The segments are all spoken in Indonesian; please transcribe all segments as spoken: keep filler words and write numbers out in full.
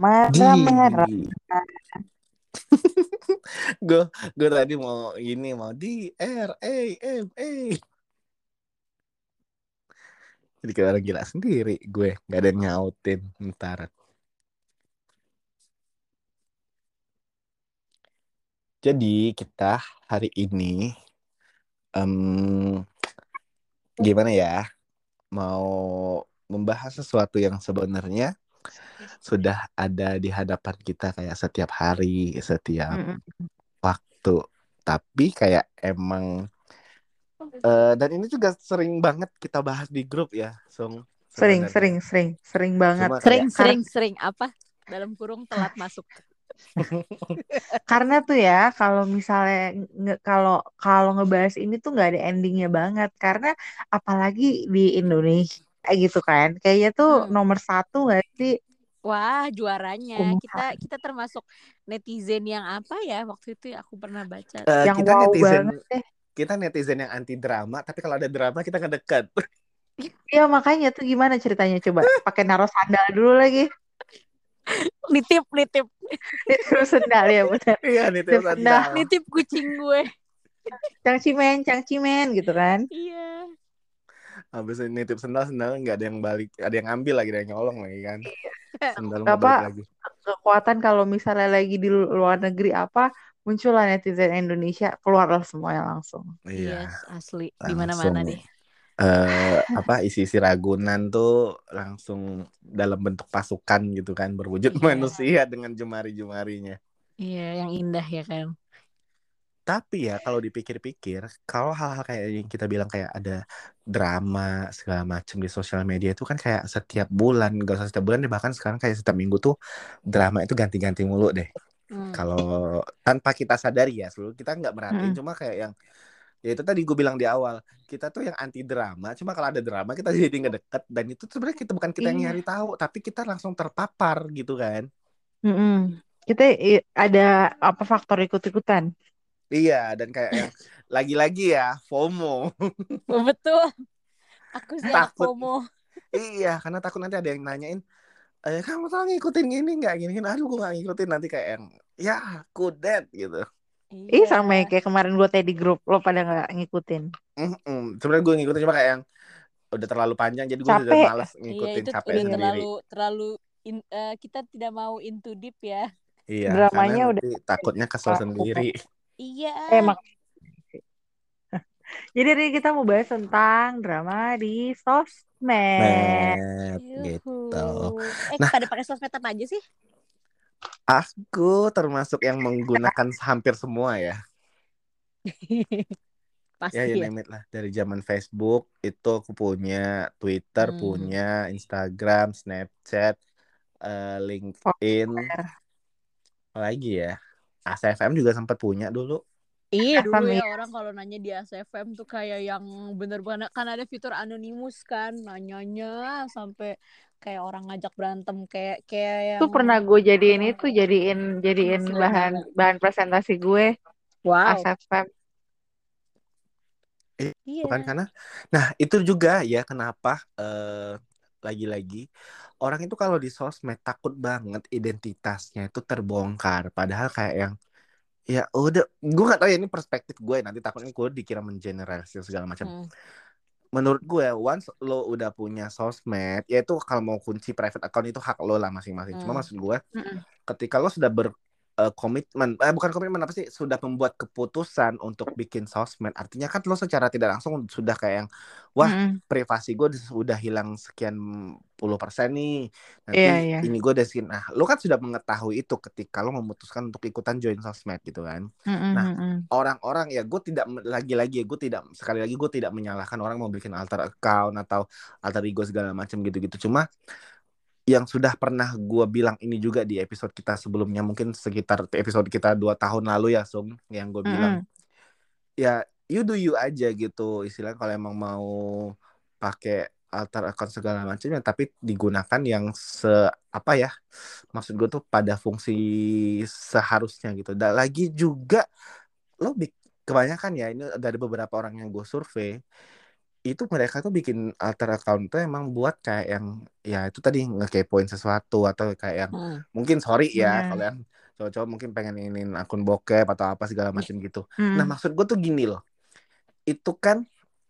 Marah-marah. Di gue gue tadi mau ini mau di R A M A. Jadi kayak orang gila sendiri gue, nggak ada yang nyautin ntar. Jadi kita hari ini um, gimana ya, mau membahas sesuatu yang sebenarnya sudah ada di hadapan kita kayak setiap hari, setiap Mm-mm. waktu. Tapi kayak emang uh, dan ini juga sering banget kita bahas di grup ya, Sung, Sering, sering, sebenarnya. sering, sering banget. Cuma Sering, kayak Kar- sering, sering apa? Dalam kurung telat masuk. karena tuh ya, kalau misalnya nge- kalau kalau ngebahas ini tuh nggak ada endingnya banget. Karena apalagi di Indonesia gitu kan, kayaknya tuh Hmm. nomor satu nggak sih? Wah, juaranya. Kumaha. Kita kita termasuk netizen yang apa ya? Waktu itu aku pernah baca. uh, Yang kita wow netizen banget deh. kita netizen yang anti drama, tapi kalau ada drama kita nggak dekat. Ya makanya tuh gimana ceritanya coba? Pakai naruh sandal dulu lagi. Nitip, nitip, Nitip sendal ya benar. Iya nih Nitip sendal. sandal. nitip kucing gue. Cangcimen, cangcimen gitu kan. Iya. Habis nitip sendal, sendal nggak ada yang balik, ada yang ambil lagi, ada yang nyolong lagi kan. Sendal nggak Apa balik lagi. kekuatan kalau misalnya lagi di luar negeri apa muncullah netizen Indonesia keluarlah semuanya langsung. Iya, Yes, asli. Di langsung mana-mana deh. eh apa isi-isi Ragunan tuh langsung dalam bentuk pasukan gitu kan, berwujud Iya. manusia dengan jemari-jemarinya. Iya, yang indah ya kan. Tapi ya kalau dipikir-pikir, kalau hal-hal kayak yang kita bilang kayak ada drama segala macam di sosial media itu kan kayak setiap bulan, gak usah setiap bulan deh, bahkan sekarang kayak setiap minggu tuh drama itu ganti-ganti mulu deh. Hmm. Kalau tanpa kita sadari ya, seluruh kita nggak merhatiin, Mm-mm. cuma kayak yang ya itu tadi gue bilang di awal, kita tuh yang anti drama, cuma kalau ada drama kita jadi nggak deket, dan itu sebenarnya kita bukan kita yang Iya. nyari tahu, tapi kita langsung terpapar gitu kan. Mm-mm. Kita i- ada apa faktor ikut-ikutan. Iya, dan kayak yang lagi-lagi ya FOMO. Oh, betul. Aku sih anak Takut. FOMO. Iya, karena takut nanti ada yang nanyain, eh kamu tuh ngikutin gini nggak, gini gini, aduh gue nggak ngikutin, nanti kayak yang ya kudet gitu. Ih Iya. sama yang kayak kemarin gue tadi di grup lo pada nggak ngikutin. Mm-mm. Sebenarnya gue ngikutin cuma kayak yang udah terlalu panjang, jadi gue sudah Capek. malas Iya, ngikutin, itu capek udah Iya. sendiri. terlalu terlalu in, eh, kita tidak mau into deep ya. Iya, karena Dramanya udah nanti takutnya kesel sendiri. Iya. eh mak jadi hari ini kita mau bahas tentang drama di sosmed. Met Yuhu. gitu. Eh, Nah, pada pakai sosmed apa aja sih? aku termasuk yang menggunakan hampir semua ya. Ya, Pasti you ya. name it lah. Dari zaman Facebook itu aku punya, Twitter Hmm. punya, Instagram, Snapchat, eh, LinkedIn, Populer. apa lagi ya? A C F M juga sempat punya dulu. Iya, dulu F M ya ya. orang kalau nanya di A C F M tuh kayak yang bener-bener kan ada fitur anonimus kan, nanyanya sampai kayak orang ngajak berantem kayak kayak Tuh yang pernah gue jadiin itu jadiin jadiin film. bahan bahan presentasi gue Wow. A S F M. Eh, Iya. bukan karena, nah itu juga ya kenapa eh, lagi-lagi orang itu kalau di sosmed takut banget identitasnya itu terbongkar. Padahal kayak yang ya udah, gue nggak tahu ya, ini perspektif gue, nanti takutnya gue dikira mengeneralisir segala macam. Hmm. Menurut gue, once lo udah punya sosmed, ya itu kalau mau kunci private account itu hak lo lah masing-masing. Cuma Hmm. maksud gue, Mm-mm. ketika lo sudah berkomitmen, eh, bukan komitmen apa sih, sudah membuat keputusan untuk bikin sosmed, artinya kan lo secara tidak langsung sudah kayak yang, wah Mm-mm. privasi gue sudah hilang sekian puluh persen nih, Iya nanti iya. ini gue udah sekian. Nah, lo kan sudah mengetahui itu ketika lo memutuskan untuk ikutan join sosmed gitu kan. Mm-mm, Nah, mm-mm. orang-orang ya, gue tidak, lagi-lagi gue tidak, sekali lagi gue tidak menyalahkan orang mau bikin alter account atau alter ego segala macam gitu-gitu. Cuma yang sudah pernah gue bilang ini juga di episode kita sebelumnya, mungkin sekitar episode kita dua tahun lalu ya, Sung, yang gue bilang Mm-mm. ya you do you aja gitu, istilahnya kalau emang mau pakai alter account segala macamnya, tapi digunakan yang se apa ya, maksud gue tuh pada fungsi seharusnya gitu. Dan lagi juga lo kebanyakan ya, ini dari beberapa orang yang gue survei, itu mereka tuh bikin alter account tuh emang buat kayak yang ya itu tadi ngekepoin sesuatu atau kayak yang Hmm. mungkin sorry ya Iya. kalau yang cowok-cowok mungkin pengen ingin akun bokep atau apa segala macam gitu. Nah Hmm. maksud gue tuh gini loh, itu kan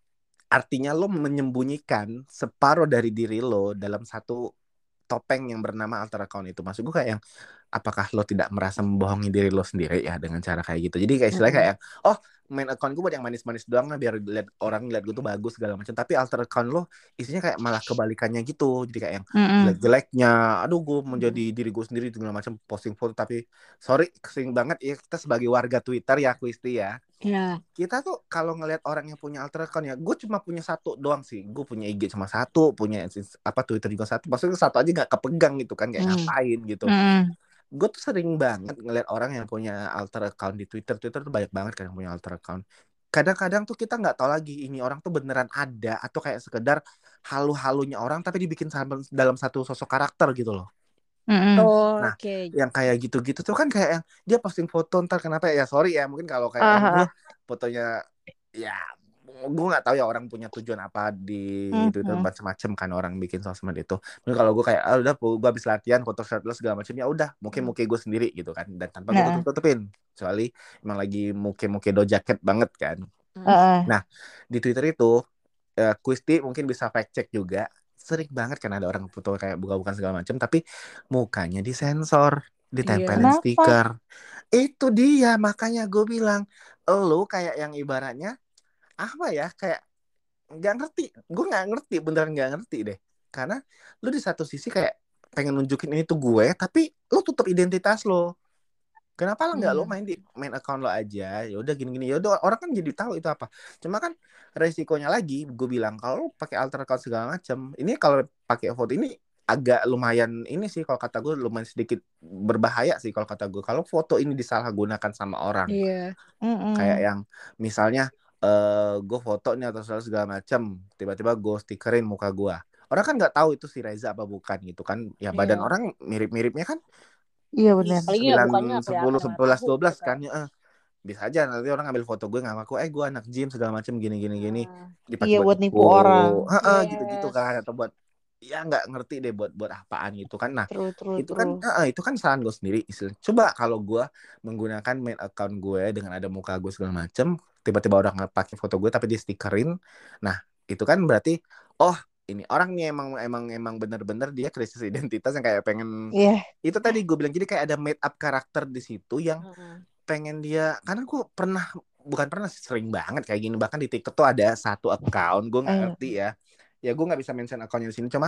artinya lo menyembunyikan separuh dari diri lo dalam satu topeng yang bernama alter account itu. Maksud gue kayak yang apakah lo tidak merasa membohongi diri lo sendiri ya dengan cara kayak gitu. Jadi kayak istilahnya Mm-mm. kayak oh main account gue buat yang manis-manis doang lah biar lihat orang lihat gue tuh bagus segala macam. Tapi alter account lo isinya kayak malah kebalikannya gitu. Jadi kayak yang Mm-mm. jelek-jeleknya, aduh gue menjadi diri gue sendiri segala macam posting foto. Tapi sorry sering banget ya kita sebagai warga Twitter ya Kristi ya. Ya. Kita tuh kalau ngelihat orang yang punya alter account ya, gue cuma punya satu doang sih. Gue punya I G cuma satu, punya apa Twitter juga satu. Maksudnya satu aja nggak kepegang gitu kan, kayak Hmm. ngapain gitu. Mm-mm. Gue tuh sering banget ngelihat orang yang punya alter account di Twitter. Twitter tuh banyak banget kan yang punya alter account. Kadang-kadang tuh kita nggak tahu lagi ini orang tuh beneran ada atau kayak sekedar halu-halunya orang tapi dibikin dalam satu sosok karakter gitu loh. Mm-mm. Oh, Nah, oke. yang kayak gitu-gitu tuh kan kayak yang dia posting foto ntar kenapa ya sorry ya mungkin kalau kayak yang gue Ah, ah, fotonya ya gue nggak tahu ya orang punya tujuan apa di Twitter Mhm. macam-macam kan orang bikin sosmed itu. Mungkin kalau gue kayak ah, udah gue habis latihan foto shirtless segala macam ya udah mungkin muke gue sendiri gitu kan dan tanpa gue Nah, tutup-tutupin kecuali emang lagi muke-muke do jacket banget kan. Hmm. ah, Nah, di Twitter itu uh, Kusti mungkin bisa fact check juga. Sering banget kan ada orang foto kayak buka-bukan segala macam tapi mukanya disensor, ditempelin Kenapa? stiker. Itu dia makanya gue bilang lu kayak yang ibaratnya apa ya kayak nggak ngerti. Gue nggak ngerti beneran nggak ngerti deh. Karena lu di satu sisi kayak pengen nunjukin ini tuh gue tapi lu tutup identitas lo. Kenapa lah nggak lo Hmm. main di main account lo aja? Ya udah gini-gini. Ya udah orang kan jadi tahu itu apa. Cuma kan resikonya lagi, gue bilang kalau lo pakai alter account segala macam, ini kalau pakai foto ini agak lumayan ini sih kalau kata gue lumayan sedikit berbahaya sih kalau kata gue. Kalau foto ini disalahgunakan sama orang, Iya. Mm-mm. kayak yang misalnya eh gue foto nih atau segala macam, tiba-tiba gue stikerin muka gue. Orang kan nggak tahu itu si Reza apa bukan gitu kan. Ya badan Iya. orang mirip-miripnya kan Iya benar. Apalagi ya sembilan, bukannya nggak sepuluh, kelihatan mana sebelas, tahu dua gitu belas kan. kan ya. Eh, bisa aja nanti orang ngambil foto gue ngaku eh gue anak gym segala macam gini gini gini Nah, dipakai Iya buat buat nipu nipu. orang. Heeh, gitu-gitu yes. kan atau buat ya nggak ngerti deh buat buat apaan gitu kan. Nah, True, true, itu kan true. heeh, itu kan saran gue sendiri istilah. Coba kalau gue menggunakan main account gue dengan ada muka gue segala macam, tiba-tiba orang pakai foto gue tapi di stikerin. Nah, itu kan berarti oh ini orang nih emang emang emang bener-bener dia krisis identitas yang kayak pengen Iya. itu tadi gue bilang jadi kayak ada made up karakter di situ yang Mm-mm. pengen dia karena gue pernah bukan pernah sering banget kayak gini bahkan di TikTok tuh ada satu account gue nggak Eh, ngerti ya ya gue nggak bisa mention accountnya di sini cuma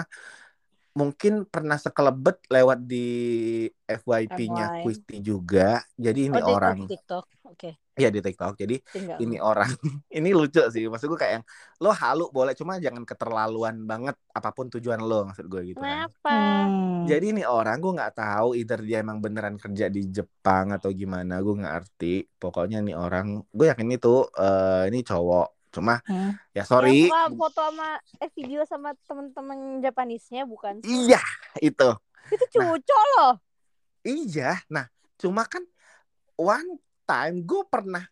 mungkin pernah sekelebet lewat di F Y P-nya M Y. Kusti juga jadi ini Oh, di, oh, orang di TikTok. Oke. ya di TikTok jadi Tinggal. ini orang ini lucu sih maksud gue kayak yang lo halu boleh cuma jangan keterlaluan banget apapun tujuan lo maksud gue gitu kan. Kenapa? hmm. Jadi ini orang gue nggak tahu either dia emang beneran kerja di Jepang atau gimana gue nggak ngerti. Pokoknya nih orang gue yakin itu uh, ini cowok. Cuma Hmm. ya Yang sorry. suka foto sama eh video sama temen-temen Japanisnya bukan sih? Iya itu. Itu Nah cucok loh. iya. Nah cuma kan one time gue pernah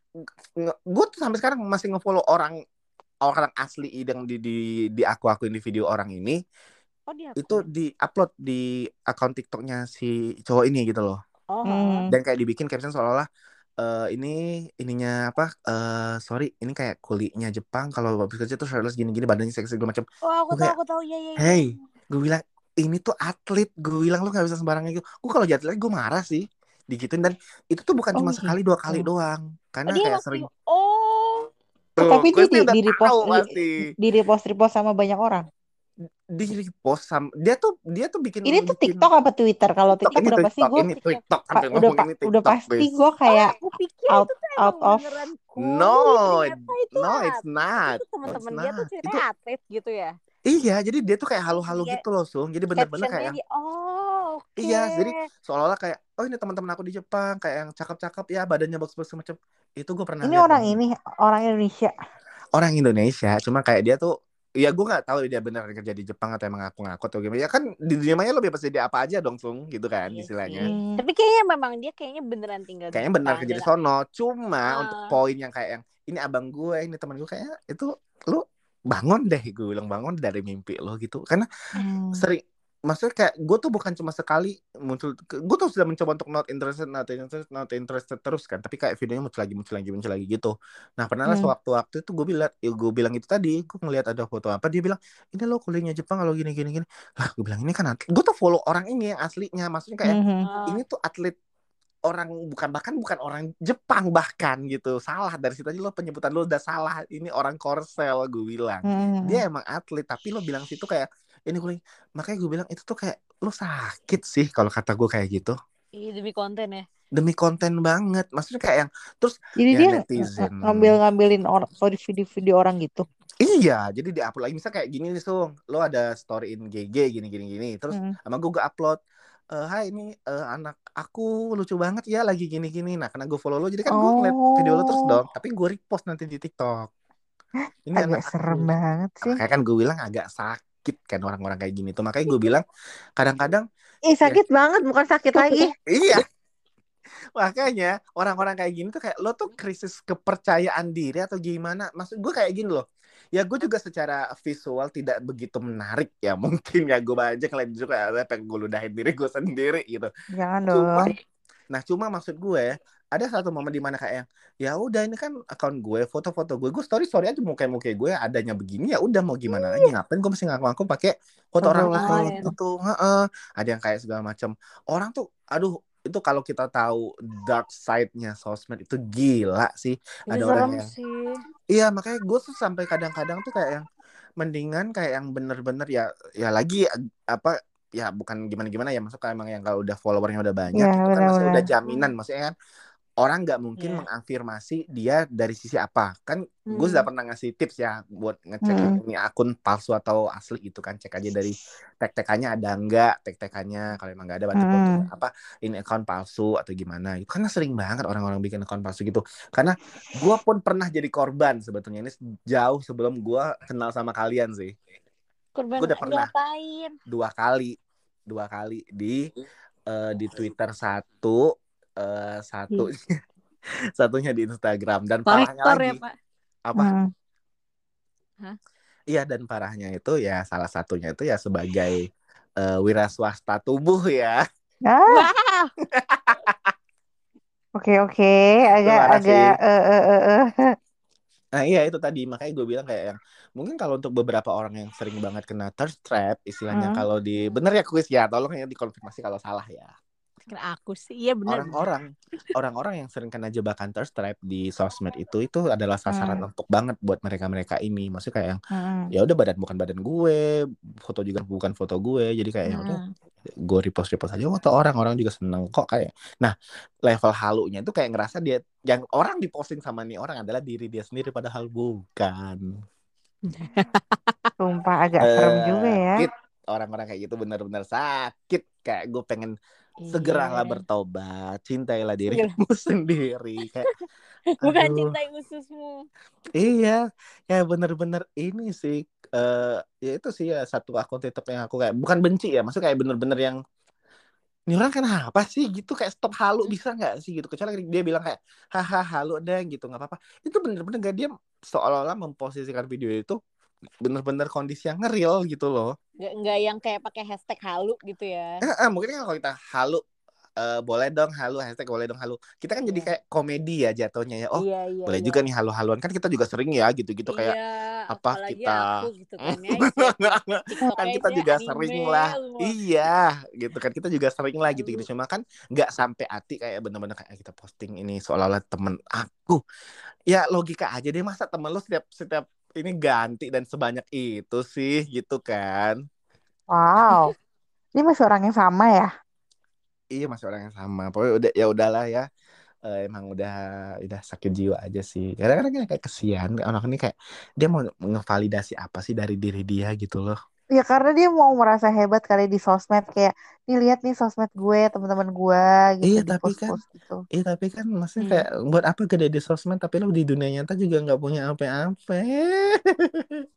gue tuh sampai sekarang masih ngefollow orang orang asli yang di di di aku akuin di video orang ini. Oh, dia Itu di upload di akun TikToknya si cowok ini gitu loh. Oh, Hmm. Dan kayak dibikin caption seolah-olah uh, ini ininya apa uh, sorry ini kayak kulinya Jepang kalau habis kerja tuh shirtless gini-gini badannya seksi segala macam. Oh, aku Gue tahu, kayak aku tahu. Iya, iya, iya. hey gue bilang ini tuh atlet gue bilang lu nggak bisa sembarangan gitu. Gue kalau jadi atlet gue marah sih digituin dan itu tuh bukan Oh cuma gitu. sekali dua kali doang Oh, karena dia kayak masih sering oh. Oh, tuh tapi dia Kristi di, udah di repost tahu di, pasti di repost repost sama banyak orang. di repost sama dia tuh dia tuh bikin Ini tuh bikin TikTok apa Twitter? Kalau TikTok TikTok ini udah pasti TikTok gue ini TikTok sampai udah ngomong pak ini udah TikTok pasti please. gue Oh, kayak aku pikir out itu tuh out emang of beneran No, cool. Ternyata itu no, it's atlet. not. Itu No, it's teman-teman dia tuh not. ceritanya Itu atlet gitu ya. iya, jadi dia tuh kayak Terus halu-halu dia gitu loh, Sung. Jadi bener-bener kayak captionnya yang dia oh, oke. iya, jadi seolah-olah kayak oh ini teman-teman aku di Jepang, kayak yang cakep-cakep ya, badannya bagus-bagus macam. Itu gue pernah ini lihat orang dan ini orang Indonesia. orang Indonesia, cuma kayak dia tuh ya gue nggak tahu dia benar kerja di Jepang atau emang ngaku-ngaku atau gimana. Ya kan di dunia maya lo bebas jadi apa aja dong, Sung, gitu kan Iya istilahnya. sih. Hmm. Tapi kayaknya memang dia kayaknya beneran tinggal di Kayaknya benar Jepang kerja di dan sono. Cuma untuk ah, poin yang kayak yang ini abang gue, ini teman gue kayaknya itu lu bangun deh, gue bilang bangun dari mimpi lo gitu. Karena Hmm. sering, maksudnya kayak gue tuh bukan cuma sekali muncul, gue tuh sudah mencoba untuk not interested, not interested, not interested terus kan, tapi kayak videonya muncul lagi, muncul lagi, muncul lagi gitu. Nah pernah lah Hmm. sewaktu-waktu itu gue bilang, ya gue bilang itu tadi, gue ngeliat ada foto apa, dia bilang ini lo kulitnya Jepang kalau gini gini gini. Lah gue bilang ini kan atlet. Gue tuh follow orang ini yang aslinya, maksudnya kayak Mhm. Ah, ini tuh atlet orang, bukan, bahkan bukan orang Jepang bahkan gitu. Salah dari situ aja lo, penyebutan lo udah salah. Ini orang Korsel, gue bilang. Mhm. Dia emang atlet, tapi lo bilang situ kayak ini gue, makanya gue bilang itu tuh kayak lo sakit sih kalau kata gue kayak gitu. iya, demi konten ya. Demi konten banget. Maksudnya kayak yang terus Jadi ya dia ng- netizen. ngambil-ngambilin orang video-video orang gitu. Iya, jadi diupload lagi. Misal kayak gini nih, Sung. Lo ada story in G G gini-gini gini. Terus Hmm. sama gue gue upload. Eh, hai ini eh, anak aku lucu banget ya lagi gini-gini. Nah, karena gue follow lo, jadi kan gue ngeliat video lo terus Oh, dong. Tapi gue repost nanti di TikTok. Ini agak anak serem aku. banget sih. Makanya kan gue bilang agak sakit kan orang-orang kayak gini tuh. Makanya gue bilang kadang-kadang Ih, ya sakit banget, bukan sakit lagi. iya. Makanya orang-orang kayak gini tuh kayak lo tuh krisis kepercayaan diri atau gimana? Maksud gue kayak gini loh. Ya gue juga secara visual tidak begitu menarik ya. Mungkin ya gue aja ngeliat juga ada pengen gue ludahin diri gue sendiri gitu. Jangan Cuma, dong. nah cuma maksud gue ada satu momen di mana kayak ya udah ini kan akun gue, foto-foto gue, gue story story aja muka-muka gue adanya begini, ya udah mau gimana lagi, ngapain gue mesti ngaku-ngaku pakai foto Betul, orang betul, lain betul. gitu. Heeh. Ada yang kayak segala macam. Orang tuh aduh, itu kalau kita tahu dark side-nya sosmed itu gila sih. Itu Ada orang serem yang sih. iya, makanya gue tuh sampai kadang-kadang tuh kayak yang mendingan kayak yang bener-bener ya ya lagi apa ya bukan gimana-gimana ya, masuk kayak emang yang kalau udah followernya udah banyak ya itu kan masih udah benar-benar. jaminan, Hmm. maksudnya kan orang nggak mungkin Iya. mengafirmasi dia dari sisi apa kan. Gue Hmm. sudah pernah ngasih tips ya buat ngecek Hmm. ini akun palsu atau asli gitu kan, cek aja dari tag-tagannya ada nggak, tag-tagannya kalau emang nggak ada bantu foto Hmm. apa ini akun palsu atau gimana itu. Karena sering banget orang-orang bikin akun palsu gitu. Karena gue pun pernah jadi korban sebetulnya, ini jauh sebelum gue kenal sama kalian sih. Korban Gue udah pernah ngapain? dua kali dua kali di uh, di Twitter satu, uh, satu satunya di Instagram, dan parahnya Kolektor ya, lagi Pak. apa Hmm. Hah? iya, dan parahnya itu ya salah satunya itu ya sebagai uh, wira swasta tubuh ya. Ah, Wow. oke oke, Itu parah agak-agak sih. eh eh eh eh. Nah iya itu tadi, makanya gue bilang kayak yang mungkin kalau untuk beberapa orang yang sering banget kena thirst trap istilahnya, Hmm. kalau di bener ya kuis ya, tolong ya dikonfirmasi kalau salah ya. Kira aku sih, iya benar. Orang-orang orang-orang yang sering kena jebakan thirst trap di sosmed itu itu adalah sasaran Hmm. empuk banget buat mereka-mereka ini. Maksudnya kayak yang Hmm. ya udah badan bukan badan gue, foto juga bukan foto gue, jadi kayak ya udah Hmm. gue repost repost aja foto orang, orang juga seneng kok kayak. Nah level halunya itu kayak ngerasa dia yang orang diposting sama nih orang adalah diri dia sendiri, padahal bukan. Sumpah agak serem juga ya. Sakit, orang-orang kayak gitu benar-benar sakit. Kayak gue pengen segeralah Iya. bertobat, cintailah Segera. dirimu sendiri. Kayak Bukan aduh. cintai ususmu. Iya, ya bener-bener ini sih, uh, ya itu sih ya satu akun TikTok yang aku kayak bukan benci ya, maksudnya kayak bener-bener yang ini orang kenapa sih gitu, kayak stop halu bisa nggak sih gitu. Kecuali dia bilang kayak haha halu deh gitu nggak apa-apa. Itu bener-bener gak, dia seolah-olah memposisikan video itu bener-bener kondisi yang ngeril gitu loh. Nggak, nggak yang kayak pakai hashtag halu gitu ya. Eh, eh, mungkin kan kalau kita halu uh, boleh dong halu, hashtag boleh dong halu, kita kan Iya. jadi kayak komedi ya jatuhnya ya. Oh Iya, iya, boleh iya. juga nih halu-haluan, kan kita juga sering ya gitu-gitu kayak Iya, apa apalagi kita aku gitu kan ya. TikToknya kan kita isinya juga anime sering lah, semua. iya gitu kan, kita juga sering lah gitu gitu. Aduh. Cuma kan nggak sampai hati kayak bener-bener kayak kita posting ini seolah-olah temen aku. Ya logika aja deh, masa temen lo setiap setiap ini ganti dan sebanyak itu sih gitu kan. Wow. Ini masih orang yang sama ya? Iya masih orang yang sama. Pokoknya udah ya udahlah ya. Uh, emang udah udah sakit jiwa aja sih. Kadang-kadang kayak kesian anak ini, kayak dia mau ngevalidasi apa sih dari diri dia gitu loh. Ya karena dia mau merasa hebat kali di sosmed, kayak nih lihat nih sosmed gue, teman-teman gue gitu, Iya di tapi kan, post-post gitu. iya tapi kan maksudnya Hmm. kayak buat apa gede di sosmed tapi lo di dunia nyata juga nggak punya apa-apa.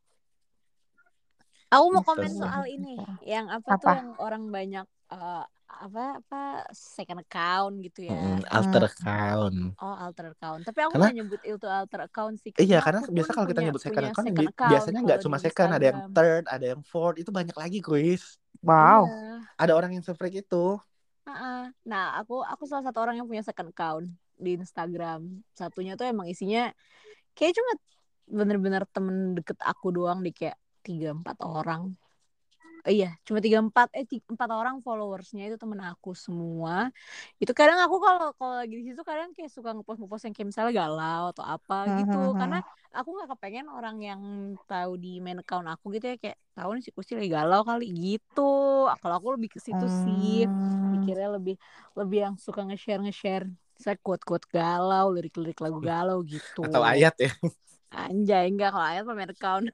Aku mau Gitu komen sih. soal ini, yang apa, tuh Apa? yang orang banyak uh, apa apa second account gitu ya. Mm-mm, alter account. Oh, alter account. Tapi aku Karena nggak nyebut itu alter account sih, iya, karena karena aku biasa pun kalau kita punya nyebut second punya account, second bi- account biasanya nggak kalau cuma di second, ada yang Instagram. third, ada yang fourth, itu banyak lagi, Chris. Wow. Iya. Ada orang yang se-freak itu. Uh-uh. Nah, aku aku salah satu orang yang punya second account di Instagram. Satunya tuh emang isinya kayak cuma bener-bener temen deket aku doang, di kayak tiga empat orang. Oh, iya, cuma tiga empat eh tiga, empat orang followersnya itu temen aku semua. Itu kadang aku kalau kalau lagi di situ kadang kayak suka ngepost ngepost yang kayak misalnya galau atau apa gitu, karena aku nggak kepengen orang yang tahu di main account aku gitu ya kayak tahu nih si Kusti lagi galau kali gitu. Kalau aku lebih ke situ sih, mikirnya lebih lebih yang suka nge-share nge-share saya quote-quote galau, lirik-lirik lagu galau gitu. Atau ayat ya. Anjay, enggak, kalau ayat mah main account.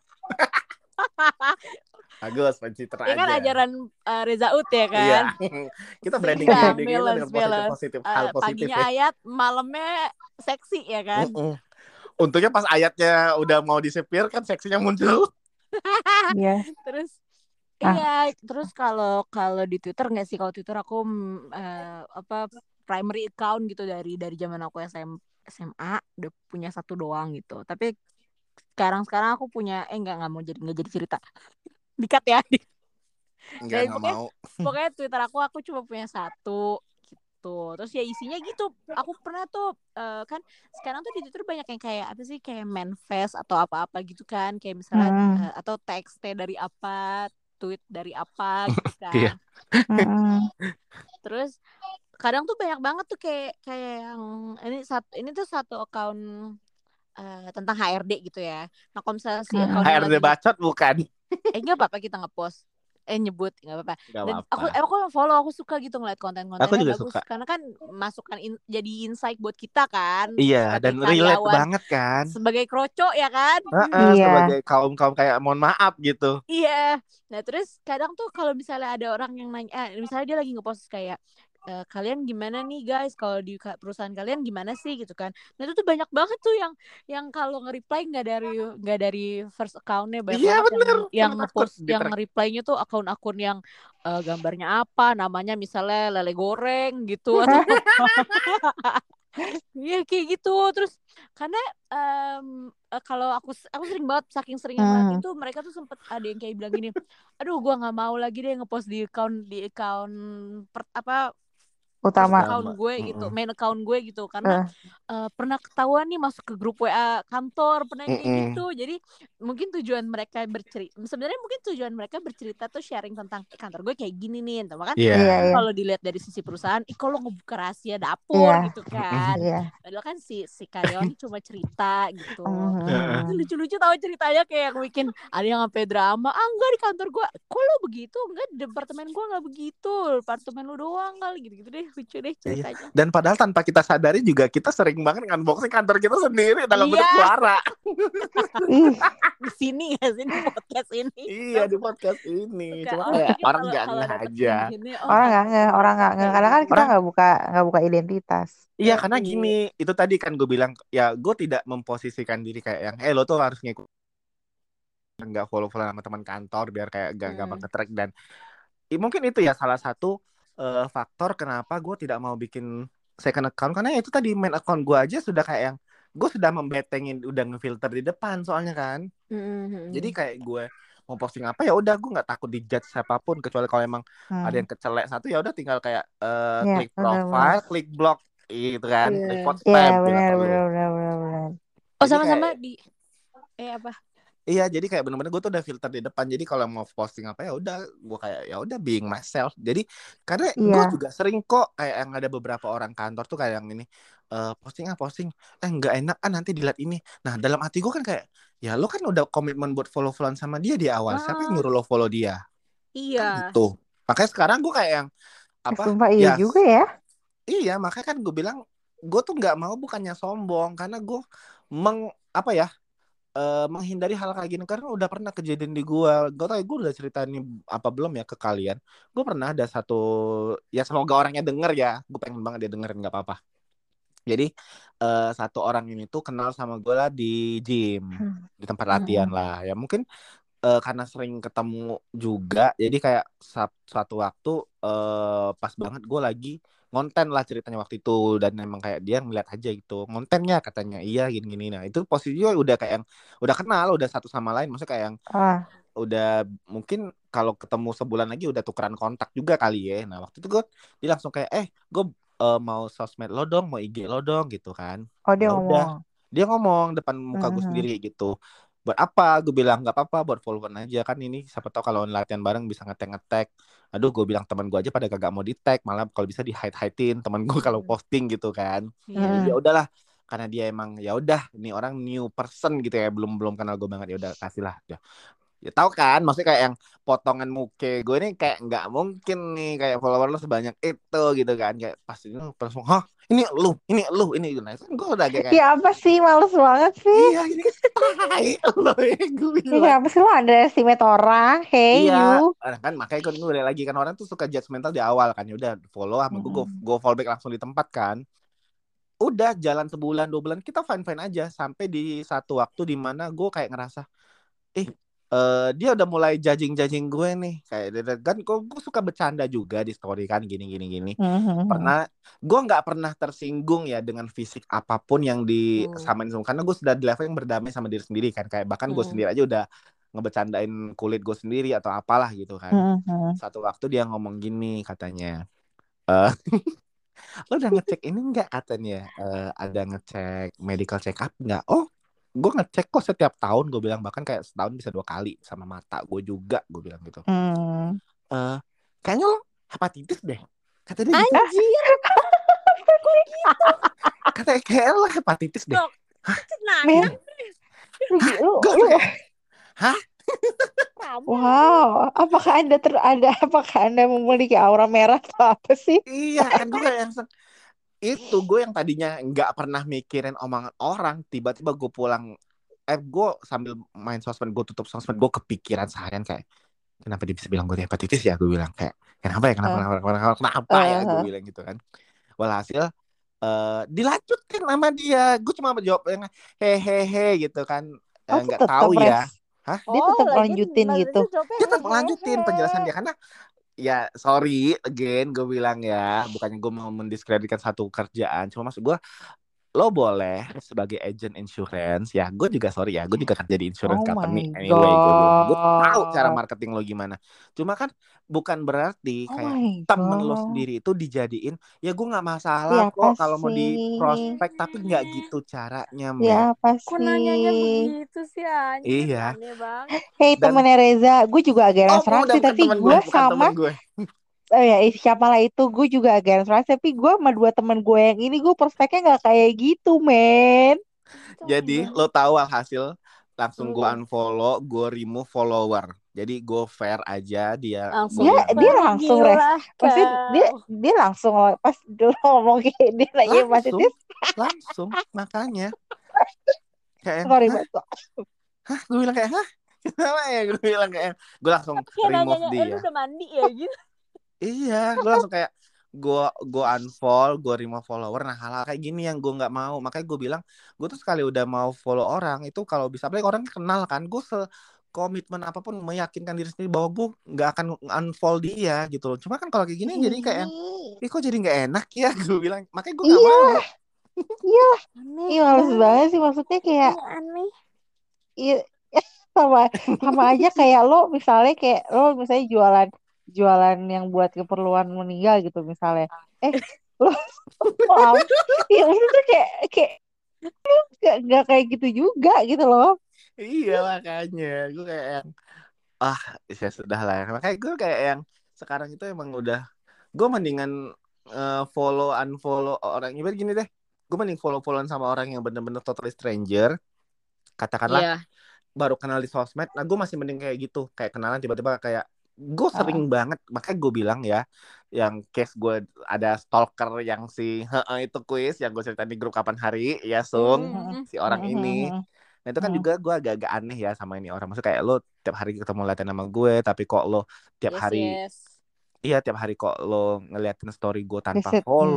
Bagus, pencitraan Ya kan aja. ajaran uh, Reza Ut ya kan. Iya. Kita branding Seimbang, branding kita dengan balance, positif balance. positif Uh, hal positif paginya ya. ayat, malamnya seksi ya kan. Mm-mm. Untungnya pas ayatnya udah mau disepir kan seksinya muncul. Iya. Terus Ah. iya, terus kalau kalau di Twitter nggak sih, kalau Twitter aku uh, apa primary account gitu dari dari zaman aku S M S M A udah punya satu doang gitu. Tapi sekarang sekarang aku punya eh nggak nggak mau jadi nggak jadi cerita. Dikat ya. Enggak, Dan enggak pokoknya, mau. pokoknya Twitter aku aku cuma punya satu gitu. Terus ya isinya gitu. Aku pernah tuh uh, kan sekarang tuh di Twitter banyak yang kayak apa sih, kayak manifest atau apa-apa gitu kan, kayak misalnya Hmm. uh, atau teks dari apa, tweet dari apa gitu Iya. kan. Hmm. Terus kadang tuh banyak banget tuh kayak kayak yang ini satu ini tuh satu account uh, tentang H R D gitu ya. Nah, kalau misalnya si Hmm. accountnya H R D lagi bacot bukan? eh nggak apa-apa kita ngepost eh nyebut nggak apa-apa. Enggak Dan aku apa-apa. aku follow, aku suka gitu ngeliat Aku konten-kontennya juga bagus suka. karena kan masukkan in, jadi insight buat kita kan Iya, sebagai dan relate karyawan, banget kan. sebagai kroco ya kan. Heeh, Iya. sebagai kaum-kaum kayak mohon maaf gitu. Iya. Nah terus kadang tuh kalau misalnya ada orang yang nanya, eh, misalnya dia lagi ngepost kayak e, kalian gimana nih guys kalau di perusahaan kalian gimana sih gitu kan. Nah itu tuh banyak banget tuh yang yang kalau nge-reply nggak dari nggak dari first account-nya, banyak Iya banget yang bener. yang Karena takut ngepost yang diterek. nge-reply-nya tuh akun-akun yang uh, gambarnya apa, namanya misalnya lele goreng gitu atau iya kayak gitu. Terus karena um, uh, kalau aku aku sering banget, saking seringnya merhatiin tuh mereka tuh sempet ada yang kayak bilang gini, aduh gue nggak mau lagi deh ngepost di account di account per, apa first Utama. account gue gitu, Mm-mm. main account gue gitu, karena uh, pernah ketahuan nih masuk ke grup W A kantor, pernah kayak Mm-mm. gitu. Jadi mungkin tujuan mereka bercerita, sebenarnya mungkin tujuan mereka bercerita tuh sharing tentang eh, kantor gue kayak gini nih, entah kan. Iya. Iya, iya. Kalau dilihat dari sisi perusahaan, ih kalau ngebuka rahasia dapur Iya. gitu kan. Iya. Padahal kan si si karyawan cuma cerita gitu. Hmm. Itu lucu-lucu tahu ceritanya, kayak yang bikin ada yang sampai drama. Ah enggak, di kantor gue kok lo begitu, enggak di departemen gue nggak begitu, departemen lu doang kali, gitu-gitu deh, lucu deh ceritanya. Iya. Dan padahal tanpa kita sadari juga kita sering banget unboxing kantor kita sendiri dalam Iya. bentuk suara. Di sini ya, sini podcast ini. Iya, di podcast ini. Suka, Cuma oh, kayak mungkin orang kalau nggak kalau ngeh dapet aja. gini-gini, oh Orang nggak nggak, orang nggak nggak, karena kan kita Orang- nggak buka nggak buka identitas. Iya, karena gini, itu tadi kan gue bilang, ya gue tidak memposisikan diri kayak yang, eh lo tuh harus ngikut, nggak follow-follow sama teman kantor biar kayak gak Hmm. gampang ke-track. Dan i, mungkin itu ya salah satu uh, faktor kenapa gue tidak mau bikin second account, karena ya itu tadi main account gue aja sudah kayak yang gue sudah membetengin, udah ngefilter di depan soalnya kan. Hmm. Jadi kayak gue mau posting apa ya udah, gue nggak takut dijudge siapapun, kecuali kalau emang Hmm. ada yang kecelek satu ya udah tinggal kayak uh, Iya, klik benar, profile, benar. klik block gitu kan, Iya. report Iya, spam bila benar, perlu. benar, benar, benar, benar. Oh, Jadi sama-sama kayak- di eh apa? Iya, jadi kayak bener-bener gue tuh udah filter di depan. Jadi kalau mau posting apa ya udah, gue kayak ya udah being myself. Jadi karena gue Iya. juga sering kok kayak yang ada beberapa orang kantor tuh kayak yang ini eh, posting ah posting, eh nggak enak ah nanti dilihat ini. Nah dalam hati gue kan kayak ya lo kan udah komitmen buat follow-followan sama dia di awal. Siapa yang Ah. nyuruh lo follow dia? Iya. Gitu. Makanya sekarang gue kayak yang apa? Sumpah iya ya, juga ya. Iya, makanya kan gue bilang gue tuh nggak mau, bukannya sombong, karena gue meng apa ya? Uh, menghindari hal kayak gini karena udah pernah kejadian di gue. Gak tau ya gue udah ceritain apa belum ya ke kalian. Gue pernah ada satu, ya semoga orangnya denger ya, gue pengen banget dia dengerin, gak apa-apa. Jadi uh, satu orang ini tuh kenal sama gue lah di gym, di tempat latihan Hmm. lah. Ya mungkin uh, karena sering ketemu juga, jadi kayak suatu waktu uh, pas banget gue lagi ngonten lah ceritanya waktu itu, dan emang kayak dia ngeliat aja gitu kontennya, katanya iya gini-gini. Nah itu posisinya udah kayak yang udah kenal, udah satu sama lain, maksudnya kayak yang Ah, udah mungkin kalau ketemu sebulan lagi udah tukeran kontak juga kali ya. Nah waktu itu gue dia langsung kayak eh gue uh, mau sosmed lo dong, mau I G lo dong gitu kan. oh dia Ya udah, ngomong. dia ngomong depan muka gue Mhm. sendiri gitu. Buat apa? Gue bilang nggak apa-apa, buat followan aja kan, ini siapa tahu kalau latihan bareng bisa ngetek-ngetek. Aduh, gue bilang teman gue aja pada kagak mau di tag, malah kalau bisa di hide hidein teman gue kalau Hmm. posting gitu kan. Iya. Jadi ya Mhm. udahlah, karena dia emang ya udah ini orang new person gitu ya, belum belum kenal gue banget, ya udah kasih lah. Ya, ya tahu kan, maksudnya kayak yang potongan muke gue ini kayak nggak mungkin nih kayak follower lo sebanyak itu gitu kan, kayak pasti langsung hah ini lu ini lu ini nah itu kan gue udah kayak kayak Ya apa sih, males banget sih. iya ini kan tai lo ya gue Ya bilang. kenapa sih lo underestimate orang? Hey Iya, you. nah, kan makanya kan gue lagi kan orang tuh suka judgmental di awal kan, ya udah follow sama gue, go, Mhm. go follow back langsung di tempat kan. Udah jalan sebulan dua bulan kita fine fine aja, sampai di satu waktu di mana gue kayak ngerasa eh eh, dia udah mulai judging judging gue nih, kayak kan kok gue suka bercanda juga di story kan, gini gini gini. Mhm. Pernah gue nggak pernah tersinggung ya dengan fisik apapun yang Hmm. disamain sama, karena gue sudah di level yang berdamai sama diri sendiri kan, kayak bahkan gue Hmm. sendiri aja udah ngebecandain kulit gue sendiri atau apalah gitu kan. Mhm. Satu waktu dia ngomong gini katanya, eh lo udah ngecek ini nggak, katanya eh, ada ngecek medical check up nggak? Oh gue ngecek kok setiap tahun, gue bilang, bahkan kayak setahun bisa dua kali, sama mata gue juga, gue bilang gitu. Hmm. Eh kayaknya lo hepatitis deh, kata dia gitu. Anjir, kok gitu? Kata kayak lo hepatitis deh. Dok, Men, nanya lu, lu, Gue lu, kayak hah. kamu. wow, apakah anda ter ada, apakah anda memiliki aura merah atau apa sih? Iya kan, gue kayak yang se- itu gue yang tadinya nggak pernah mikirin omongan orang, tiba-tiba gue pulang, eh gue sambil main sosmed, gue tutup sosmed, gue kepikiran seharian kayak kenapa dia bisa bilang gue hepatitis ya, gue bilang kayak kenapa ya, kenapa Eh, kenapa kenapa, kenapa ya, gue eh, bilang gitu kan. Walhasil eh dilanjutkan sama dia, gue cuma jawab yang hehehe gitu kan. Eh, oh nggak tetap tahu res, ya. Hah? dia Oh, tetap lagi lanjutin Mas gitu. Rizky jawabnya Dia tetap hehehe. lanjutin penjelasan dia, karena ya sorry again gue bilang ya, bukannya gue mau mendiskreditkan satu kerjaan, cuma maksud gue lo boleh sebagai agent insurance ya, gue juga sorry ya, gue juga kerja di insurance Oh my company anyway, gue bilang gue tahu cara god, marketing lo gimana, cuma kan bukan berarti oh kayak my temen lo god, sendiri itu dijadiin ya gue nggak masalah ya apa kok kalau mau di sih, prospek, tapi nggak gitu caranya ya men. apa Kok nanyanya sih. begitu sih, anjir, Iya, aneh banget. Hey dan temennya Reza, gue juga agak oh asuransi, udah bukan tapi temen gue, gue bukan sama, temen gue. oh ya eh, siapalah itu, gue juga agak asuransi, tapi gue sama dua temen gue yang ini, gue prospeknya nggak kayak gitu, men. Itu aneh Jadi lo banget. tahu alhasil langsung gue Hmm. unfollow, gue remove follower. Jadi gue fair aja, dia gue Dia Langsung bilang dia aja langsung res, pergilah maksudnya dia kau. dia langsung pas dulu ngomong kayak dia nanya langsung, hepatitis, langsung makanya kayak yang sorry hah, banget. hah, gue bilang kayak hah, kenapa ya, gue bilang kayak gue langsung Kayak remove nanyanya, eh, lu dia. udah mandi ya gitu. Iya, gue langsung kayak gue gue unfollow, gue remove follower. Nah hal-hal kayak gini yang gue nggak mau, makanya gue bilang gue tuh sekali udah mau follow orang itu kalau bisa, apalagi orang kenal kan, gue se komitmen apapun meyakinkan diri sendiri bahwa gue nggak akan unfollow dia gitu loh. Cuma kan kalau kayak gini jadi kayak yang, ih kok jadi nggak enak ya, gue bilang, makanya gue nggak Iya, mau. iya, Aneh iya males banget. banget sih, maksudnya kayak Iya, aneh. iya, sama sama aja kayak lo misalnya kayak lo misalnya jualan jualan yang buat keperluan meninggal gitu misalnya, eh lo wow, iya maksudnya kayak kayak gak, gak kayak gitu juga gitu loh. Iya makanya gue kayak yang ah ya sudah lah, makanya gue kayak yang sekarang itu emang udah gue mendingan eh, follow unfollow orang, ibarat gini deh, gue mending follow followan sama orang yang bener-bener totally stranger, katakanlah Iya. baru kenal di sosmed. Nah gue masih mending kayak gitu, kayak kenalan tiba-tiba kayak gue Ah, sering banget, makanya gue bilang ya, yang case gue ada stalker yang si heeh, itu kuis yang gue ceritain di grup kapan hari ya Sung, mm, Hmm. si orang mm, mm, ini. mm, Nah itu kan mm. juga gue agak-agak aneh ya sama ini orang, maksudnya kayak lo tiap hari ketemu liatin sama gue, tapi kok lo tiap Yes, hari yes. iya tiap hari kok lo ngeliatin story gue tanpa Visit, follow mm.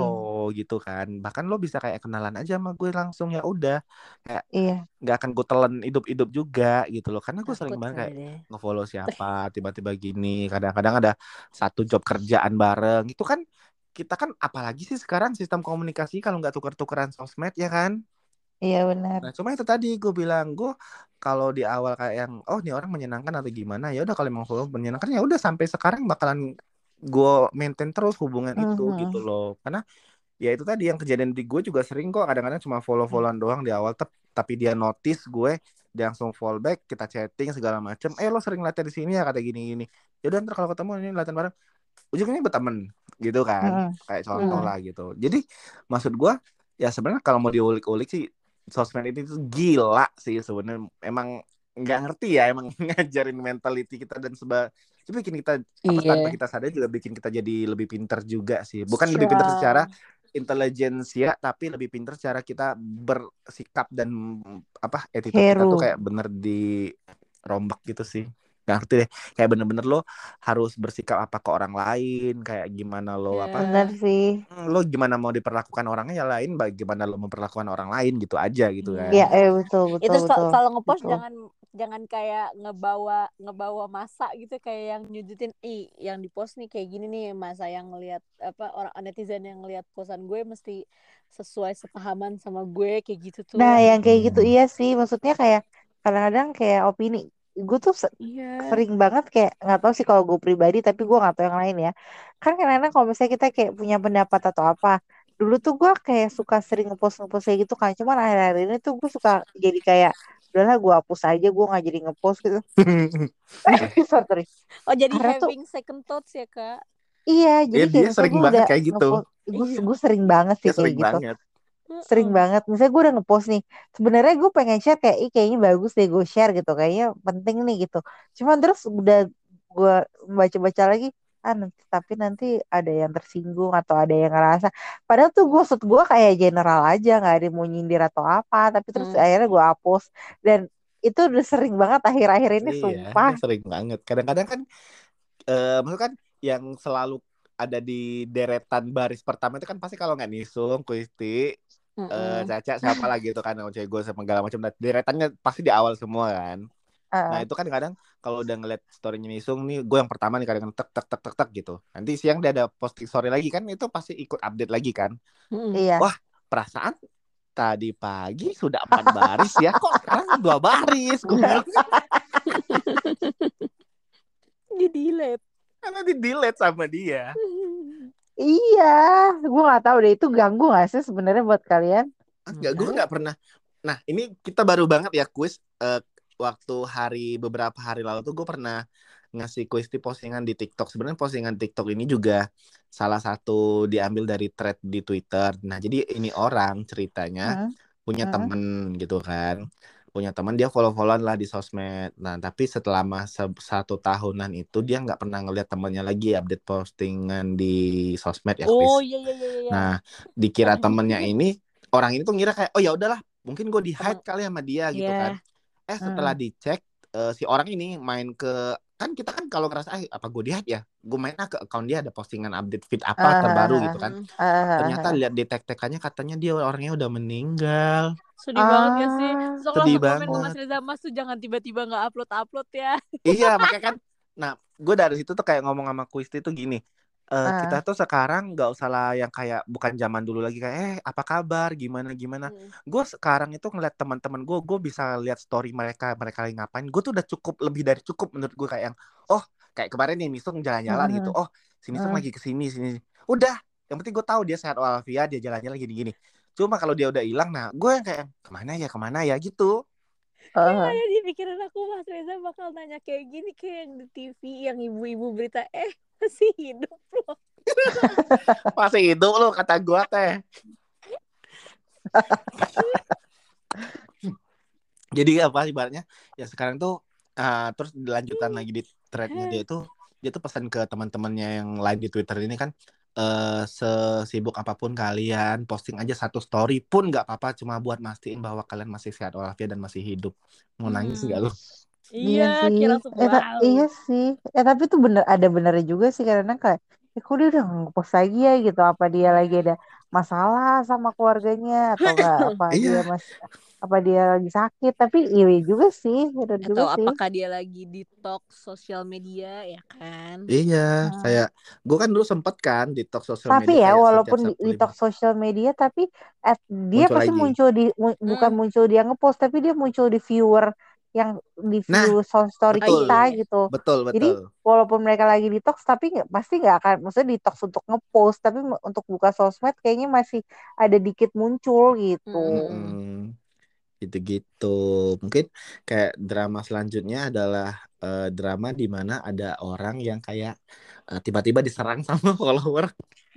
follow gitu kan. Bahkan lo bisa kayak kenalan aja sama gue langsung, ya udah kayak Iya. nggak akan gue telan hidup-hidup juga gitu loh, karena gue sering Takut banget kali kayak deh. nge-follow siapa tiba-tiba gini. Kadang-kadang ada satu job kerjaan bareng itu kan, kita kan apalagi sih sekarang sistem komunikasi kalau nggak tuker-tukeran sosmed ya kan. Iya benar. Nah cuma itu tadi gue bilang, gue kalau di awal kayak yang oh nih orang menyenangkan atau gimana, ya udah kalau emang follow menyenangkan ya udah sampai sekarang bakalan gue maintain terus hubungan itu gitu Mhm. loh. Karena ya itu tadi yang kejadian di gue juga sering kok, kadang-kadang cuma follow-followan doang di awal tep, tapi dia notice gue, dia langsung follow back, kita chatting segala macem, eh lo sering latihan di sini ya kata gini-gini, ya udah ntar kalau ketemu ini latihan bareng, ujungnya berteman gitu kan, Mhm. kayak contoh Hmm. lah gitu. Jadi maksud gue ya sebenarnya kalau mau diulik-ulik sih sosmed ini tuh gila sih sebenarnya, emang nggak ngerti ya, emang ngajarin mentality kita dan seba itu bikin kita apa tanpa Iya. kita sadar juga bikin kita jadi lebih pintar juga sih, bukan lebih pintar secara Strong. intelijensia tapi lebih pintar secara kita bersikap dan apa attitude kita tuh Heru. kayak bener dirombak gitu sih. Gak ngerti deh, kayak bener-bener lo harus bersikap apa ke orang lain, kayak gimana lo apa Benar Ya. sih. hmm, lo gimana mau diperlakukan orangnya ya lain, bagaimana lo memperlakukan orang lain gitu aja gitu Iya. Iya, kan. eh betul betul Itu betul. kalau ngepost Betul. jangan jangan kayak ngebawa ngebawa masa gitu, kayak yang nyudutin ih yang di post nih kayak gini nih, masa yang ngelihat apa orang netizen yang ngelihat posan gue mesti sesuai sepahaman sama gue kayak gitu tuh. Nah, Aduh. yang kayak gitu Hmm. iya sih, maksudnya kayak kadang-kadang kayak opini gue tuh se- Iya. sering banget kayak nggak tahu sih kalau gue pribadi, tapi gue nggak tahu yang lain ya. Kan kadang-kadang kalau misalnya kita kayak punya pendapat atau apa, dulu tuh gue kayak suka sering ngepost ngepost kayak gitu kan, cuman akhir-akhir ini tuh gue suka jadi kayak udahlah gue hapus aja, gue nggak jadi ngepost gitu. Sorry, sorry. Oh jadi Karena tuh having second thoughts ya kak? iya, Ya jadi kayak dia misalnya sering gue banget udah kayak gitu. ngepost, gue Iya. gue sering banget sih Dia kayak sering gitu. banget. Sering Heeh. banget. Misalnya gue udah ngepost nih, sebenarnya gue pengen share kayak, ih kayaknya bagus deh gue share gitu, kayaknya penting nih gitu. Cuman terus udah gue baca-baca lagi, ah nanti, tapi nanti ada yang tersinggung atau ada yang ngerasa. Padahal tuh gue maksud gue kayak general aja, nggak ada yang mau nyindir atau apa. Tapi terus Hmm. akhirnya gue hapus, dan itu udah sering banget akhir-akhir ini, Iya, sumpah. dia sering banget. Kadang-kadang kan eh maksudnya kan yang selalu ada di deretan baris pertama itu kan pasti kalau nggak Nisung, Kuisti, eh Mm-mm. Caca, siapa lagi itu kan, Oce gue sama segala macam. Nah, deretannya pasti di awal semua kan. Nah Ah, itu kan kadang kalau udah ngeliat storynya Nisung nih, gue yang pertama nih kadang tek tek tek tek tek gitu. Nanti siang dia ada posting story lagi kan, itu pasti ikut update lagi kan. Mm-mm. iya. Wah, perasaan tadi pagi sudah empat baris ya, kok sekarang dua baris? Gue bilang Jadi delete. karena di delete sama dia. Iya, gue nggak tahu deh itu ganggu nggak sih sebenarnya buat kalian? Enggak, gue Enggak. nggak pernah. Nah, ini kita baru banget ya kuis. Eh, waktu hari beberapa hari lalu tuh gue pernah ngasih kuis di postingan di TikTok. Sebenarnya postingan TikTok ini juga salah satu diambil dari thread di Twitter. Nah, jadi ini orang ceritanya Hmm, punya hmm. temen gitu kan. Punya teman, dia follow-followan lah di sosmed. Nah, tapi setelah masa satu tahunan itu dia nggak pernah ngeliat temennya lagi update postingan di sosmed ya, Oh Chris. iya iya iya iya. Nah, dikira Pernah temennya juga. ini, orang ini tuh ngira kayak, oh ya udahlah, mungkin gue di Emang hide kali sama dia gitu iya. kan. Eh setelah Hmm. dicek, eh, si orang ini main ke, kan kita kan kalau ngerasa, eh apa gue di hide ya, gue main ah ke account dia, ada postingan update feed apa terbaru gitu kan. Mm. Ternyata Ah, lihat di tag-tagannya katanya dia orangnya udah meninggal. Sedih banget gak sih? ah, Terus aku Sedih langsung komen ke Mas banget. Reza, Mas tuh jangan tiba-tiba gak upload-upload ya. Iya, makanya kan. Nah, gue dari situ tuh kayak ngomong sama Kuisti tuh gini. Eh, kita ah. tuh sekarang nggak usah lah yang kayak bukan zaman dulu lagi kayak eh apa kabar gimana gimana. Hmm. Gue sekarang itu ngeliat teman-teman gue, gue bisa lihat story mereka mereka lagi ngapain. Gue tuh udah cukup, lebih dari cukup menurut gue, kayak yang oh kayak kemarin nih Nisung jalan-jalan gitu. Hmm, Oh si Nisung hmm. lagi kesini sini. Udah, yang penting gue tahu dia sehat walafiat, dia jalan-jalan gini-gini. Cuma kalau dia udah hilang, nah gue yang kayak kemana ya kemana ya gitu. Yang Ah. ada di pikiran aku Mas Reza bakal nanya kayak gini, kayak yang di T V yang ibu-ibu berita, eh masih hidup loh. Masih hidup lo kata gue teh. Jadi apa ibaratnya ya sekarang tuh uh, terus dilanjutkan lagi di threadnya dia tuh, dia tuh pesan ke teman-temannya yang lain di Twitter ini kan, uh, sesibuk apapun kalian posting aja satu story pun nggak apa-apa, cuma buat mastiin bahwa kalian masih sehat walafiat dan masih hidup. Mau nangis nggak Hmm. lu? Iya Iya, sih, kayak langsung eh, ta- wow. iya sih, eh tapi itu bener, ada benernya juga sih, karena kayak eh kok dia udah nge-post lagi ya gitu, apa dia lagi ada masalah sama keluarganya atau enggak, apa dia Iya, mas apa dia lagi sakit. Tapi iya juga sih, benar juga Atau sih. apakah dia lagi detox sosial media ya kan? iya. Hmm. Kayak gue kan dulu sempet kan detox sosial Tapi media ya kayak setiap walaupun di- Sabtu Lima detox sosial media, tapi at, dia muncul pasti lagi. muncul di mu- bukan Hmm. muncul dia ngepost, tapi dia muncul di viewer yang di Nah, view sound story Oh iya betul, kita iya iya. gitu. betul, Jadi betul. walaupun mereka lagi detox, tapi nggak pasti nggak akan, maksudnya detox untuk ngepost, tapi m- untuk buka sosmed kayaknya masih ada dikit muncul gitu. Hmm. Mm-mm. Gitu-gitu. Mungkin kayak drama selanjutnya adalah eh, drama di mana ada orang yang kayak eh, tiba-tiba diserang sama follower.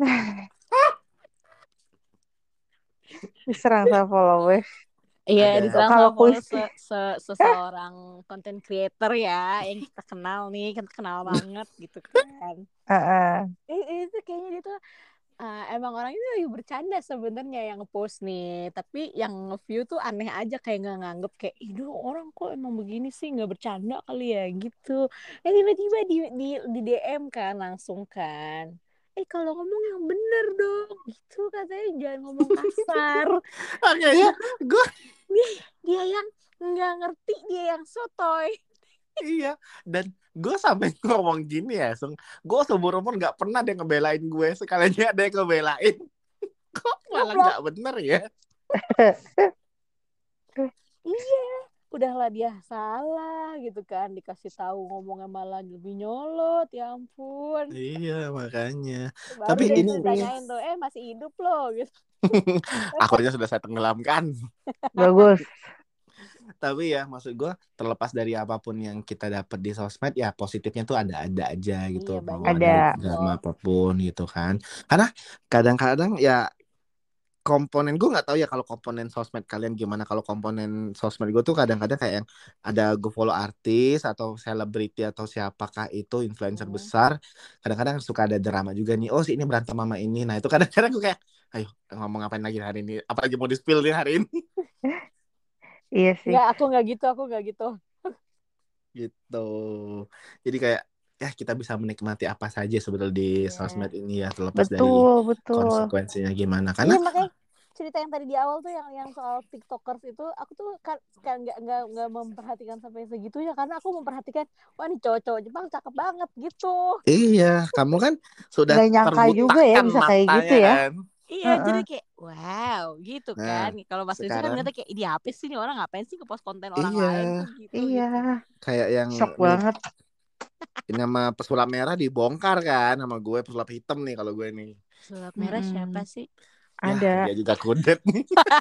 Diserang sama followers. Iya, Ada. diserang Kalau sama follow kuis, se se- seseorang content creator ya yang kita kenal nih, kita kenal banget gitu kan. Heeh. Eh, itu kayaknya dia tuh ah, emang orang ini lagi bercanda sebenarnya yang ngepost nih, tapi yang nge-view tuh aneh aja, kayak nggak nganggep kayak itu orang kok emang begini sih, nggak bercanda kali ya gitu. Eh tiba-tiba di di di D M kan langsung kan. Eh kalau ngomong yang bener dong gitu katanya, jangan ngomong kasar. Dia Makanya gue dia dia yang nggak ngerti, dia yang sotoy. iya, dan gue sampai ngomong gini ya, Sung. Gue seumur umur nggak pernah ada yang ngebelain gue, sekalinya ada yang ngebelain. Kok malah Goblok. nggak bener ya? Iya, udahlah dia salah gitu kan, dikasih tahu ngomongnya malah lebih nyolot, ya ampun. Iya, makanya. Baru Tapi deh Iya ini tuh sih. ditanyain tuh, eh masih hidup loh gitu. akhirnya sudah saya tenggelamkan. Bagus. Tapi ya maksud gue terlepas dari apapun yang kita dapat di sosmed ya positifnya tuh ada-ada aja Iya gitu, mau banyak dari Ada. banget drama loh. apapun gitu kan. Karena kadang-kadang ya komponen gue nggak tahu ya kalau komponen sosmed kalian gimana. Kalau komponen sosmed gue tuh kadang-kadang kayak yang ada gue follow artis atau selebriti atau siapakah itu influencer Hmm. besar, kadang-kadang suka ada drama juga nih, oh si ini berantem sama ini. Nah itu kadang-kadang gue kayak ayo ngomong ngapain lagi hari ini, apalagi mau di spill nih hari ini. Iya sih. Nggak, aku nggak gitu, aku nggak gitu. Gitu. Jadi kayak ya kita bisa menikmati apa saja sebetulnya di Iya. sosmed ini ya, terlepas dari Betul, betul. konsekuensinya gimana. Karena Iya makanya cerita yang tadi di awal tuh yang yang soal tiktokers itu, aku tuh kan kan nggak nggak nggak memperhatikan sampai segitunya, karena aku memperhatikan wah nih cowok-cowok Jepang cakep banget gitu. iya, kamu kan sudah Nggak nyangka juga ya terbutakan bisa kayak gitu matanya ya. kan. Iya, Heeh. jadi kayak wow gitu kan. Nah, Kalau Mas Rizky kan sekarang ngeliatnya kayak ini apa sih nih orang, ngapain sih ngepost konten orang iya, lain kok gitu Iya. gitu. kayak yang Shock nih banget. ini sama pesulap merah dibongkar kan sama gue, pesulap hitam nih kalau gue nih. Sulap merah siapa Mm-mm. sih? Ya, Ada. dia juga kudet nih.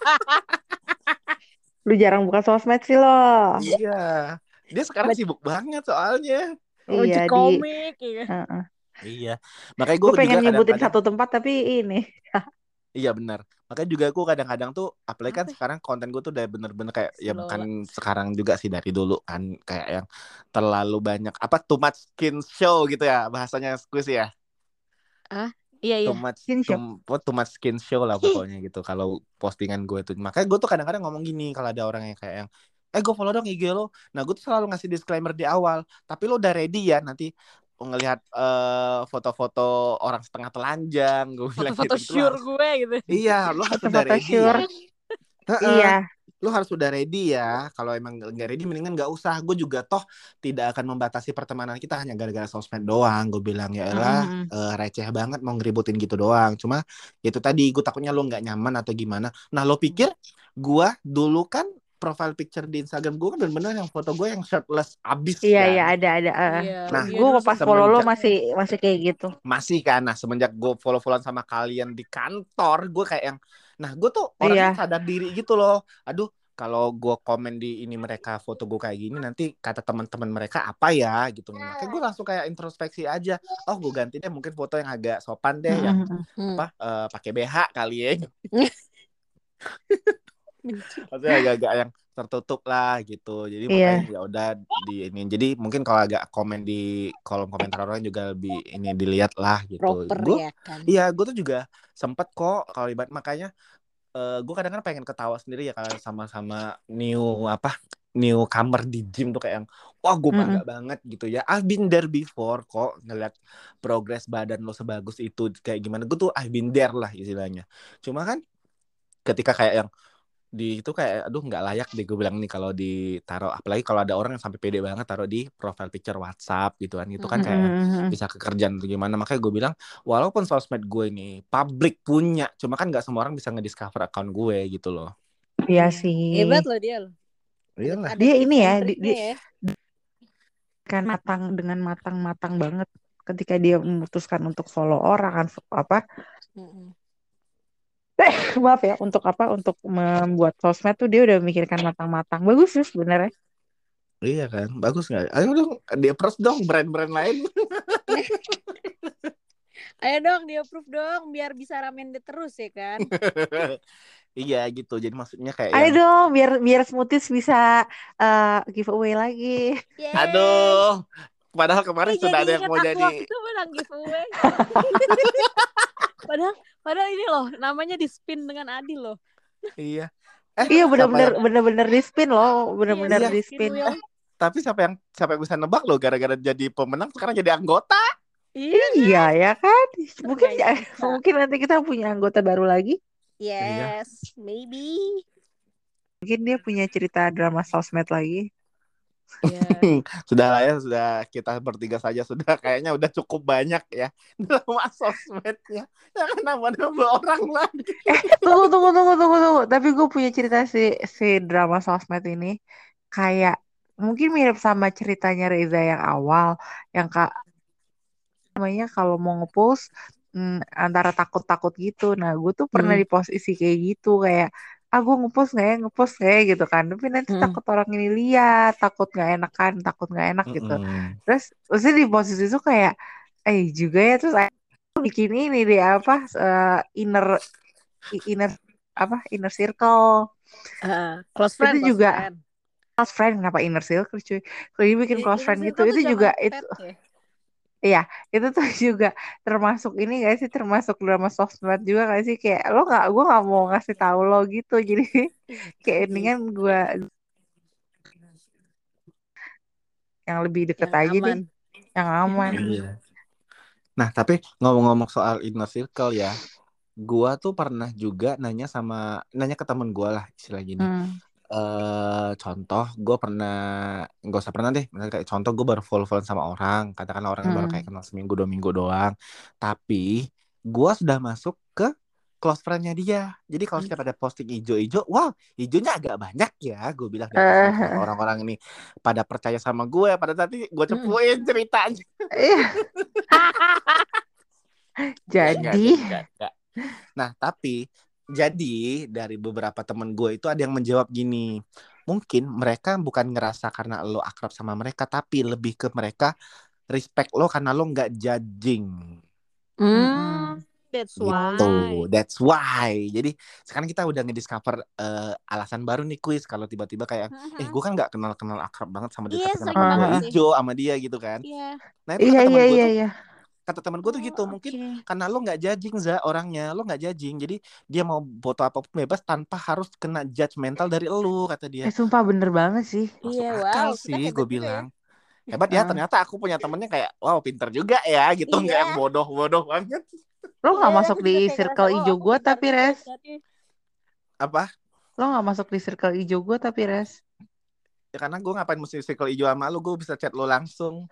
Lu jarang buka sosmed sih lo. Iya. Dia sekarang Baca, sibuk banget soalnya. Iya baca di. komik ya. Heeh. Iya. Makanya gue Gue pengen juga nyebutin kadang-kadang satu tempat tapi ini. iya benar. Makanya juga aku kadang-kadang tuh, apalagi kan Apa ya? sekarang konten gue tuh udah bener-bener kayak Si ya bukan Lola. sekarang juga sih, dari dulu kan kayak yang terlalu banyak apa too much skin show gitu ya bahasanya squeeze ya. Ah, iya Too iya. much Skin too, shop. what, too much skin show lah pokoknya gitu kalau postingan gue tuh. Makanya gue tuh kadang-kadang ngomong gini kalau ada orang yang kayak yang eh gue follow dong I G lo. Nah gue tuh selalu ngasih disclaimer di awal. Tapi lo udah ready ya nanti ngelihat eh, foto-foto orang setengah telanjang, gue bilang Foto-foto gitu gitu lo sure harus. gue gitu. Iya, lo harus udah Foto-foto ready sure. ya. Heeh. Iya. Lo harus udah ready ya. Kalau emang nggak ready mendingan nggak usah. Gue juga toh tidak akan membatasi pertemanan kita hanya gara-gara sosmed doang. Gue bilang ya elah Mm-mm. eh, receh banget mau ngeributin gitu doang. Cuma itu tadi gue takutnya lo nggak nyaman atau gimana. Nah lo pikir gue dulu kan profile picture di Instagram gue kan bener-bener yang foto gue yang shirtless abis Iya iya kan. ada ada. Uh. Iya, Nah iya Gue dulu pas sempet follow lo semenjak masih masih kayak gitu. masih kan, nah semenjak gue follow-followan sama kalian di kantor, gue kayak yang, nah gue tuh orangnya Iya. sadar diri gitu loh. Aduh, kalau gue komen di ini mereka foto gue kayak gini, nanti kata teman-teman mereka apa ya gitu. Makanya gue langsung kayak introspeksi aja. Oh, gue ganti deh mungkin foto yang agak sopan deh, yang Mm-mm. Hmm. apa eh, pakai B H kali ya. Benci. Maksudnya agak-agak yang tertutup lah gitu. Jadi makanya Iya. ya udah di ini. Jadi mungkin kalau agak komen di kolom komentar orang juga lebih ini dilihat lah gitu. Proper Gue ya kan. iya gue tuh juga sempet kok kalau ibarat makanya eh, gue kadang-kadang pengen ketawa sendiri ya kalau sama-sama new apa newcomer di gym tuh kayak yang wah gue bangga Mm-mm. banget gitu ya. I've been there before kok, ngeliat progres badan lo sebagus itu kayak gimana. Gue tuh I've been there lah istilahnya. Cuma kan ketika kayak yang di itu kayak aduh nggak layak deh gue bilang nih kalau ditaruh, apalagi kalau ada orang yang sampai pede banget taruh di profile picture WhatsApp gitu kan, itu kan kayak yang Mm-mm. bisa kekerjaan atau gimana. Makanya gue bilang walaupun sosmed gue ini public punya, cuma kan nggak semua orang bisa ngediscover account gue gitu loh. Iya Iya. sih. Hebat loh dia loh. Ada, Iyalah. ada Dia tips ini and ya, di, triknya di- ya. kan matang dengan matang-matang banget ketika dia memutuskan untuk follow orang kan apa Mm-mm. maaf ya untuk apa untuk membuat sosmed tuh dia udah memikirkan matang-matang. Bagus sih sebenarnya. Iya kan, bagus nggak? Ayo dong, di approach dong brand-brand lain. Ayo dong di approve dong biar bisa ramen terus ya kan. Iya gitu, jadi maksudnya kayak Ayo yang dong biar biar smoothies bisa uh, giveaway lagi. Yeay. aduh, padahal kemarin Ih, sudah jadi ada yang ingat mau aku jadi. waktu itu menang giveaway. padahal padahal ini loh namanya di spin dengan adil loh. Iya. Eh, Iya siapa benar-benar yang benar-benar di spin loh, Iya, benar-benar Iya. di spin spin. wheel. tapi siapa yang siapa yang bisa nebak loh gara-gara jadi pemenang sekarang jadi anggota? Iya. Iya ya kan? Mungkin Nggak nyangka. mungkin nanti kita punya anggota baru lagi. Yes, maybe. Mungkin dia punya cerita drama sosmed lagi. Iya. Sudah lah ya, sudah kita bertiga saja sudah kayaknya udah cukup banyak ya drama sosmednya. Jangan nambah-nambah orang lagi. Eh, tunggu tunggu tunggu tunggu tunggu. Tapi gue punya cerita si si drama sosmed ini kayak mungkin mirip sama ceritanya Reza yang awal, yang kak namanya kalau mau ngepost mm, antara takut-takut gitu. Nah, gue tuh pernah Hmm. di posisi kayak gitu kayak ah gue ngepost nggak ya ngepost nggak ya gitu kan. Tapi nanti Hmm. takut orang ini lihat, takut nggak enak kan, takut nggak enak gitu. Mm-mm. Terus terus di posisi itu kayak eh juga ya terus aku bikin ini deh apa uh, inner inner apa inner circle Uh, close friend, itu close juga friend. close friend kenapa inner circle cuy kalau dia bikin I- close Inner friend gitu circle itu tuh juga zaman itu pet ya. iya itu tuh juga termasuk ini gak sih termasuk drama sosmed juga gak sih kayak lo nggak gue nggak mau ngasih tahu lo gitu jadi kayak mendingan gue yang lebih deket Yang aja deh aman. yang Yang aman aman. Iya. Nah, tapi ngomong-ngomong soal inner circle ya, gua tuh pernah juga nanya sama nanya ke temen gua lah istilah gini. hmm. Eh contoh gue pernah nggak usah pernah deh, misalnya kayak contoh gue baru follow-follow sama orang, katakanlah orangnya baru kayak Hmm. kenal seminggu dua minggu doang, tapi gue sudah masuk ke close friend-nya dia. Jadi kalau setiap ada posting ijo-ijo, wow, ijonya agak banyak ya, gue bilang di atas Eh, uh, orang-orang ini pada percaya sama gue, pada tadi gue Mm. cepuin ceritanya. iya. Enggak, enggak, Jadi jadi enggak, enggak. Nah, tapi jadi dari beberapa temen gue itu ada yang menjawab gini. Mungkin mereka bukan ngerasa karena lo akrab sama mereka, tapi lebih ke mereka respect lo karena lo nggak judging. Hmm, that's Gitu. why. That's why. Jadi sekarang kita udah ngediscover eh, alasan baru nih kuis. Kalau tiba-tiba kayak, eh gue kan nggak kenal-kenal akrab banget sama dia, Iya, tapi sering kenapa gue banget sih. ijo sama dia gitu kan. Iya. Nah itu iya kata teman iya gue iya tuh, iya kata teman gue tuh gitu, Oh, mungkin oke. karena lo nggak judging za orangnya, lo nggak judging, jadi dia mau foto apapun bebas tanpa harus kena judgmental dari lo, kata dia. eh sumpah bener banget sih Masuk Iya, akal wow, kita sih, hebat gue juga ya. bilang hebat ya. Ah. Ternyata aku punya temennya kayak wow pinter juga ya gitu, nggak Iya. yang bodoh-bodoh banget. lo nggak Iya, masuk aku di juga kayak ngerasa, circle wow, hijau aku gue pintar tapi juga res berarti. Apa? lo nggak masuk di circle hijau gue tapi res Ya karena gue ngapain mesti circle hijau sama lo, gue bisa chat lo langsung.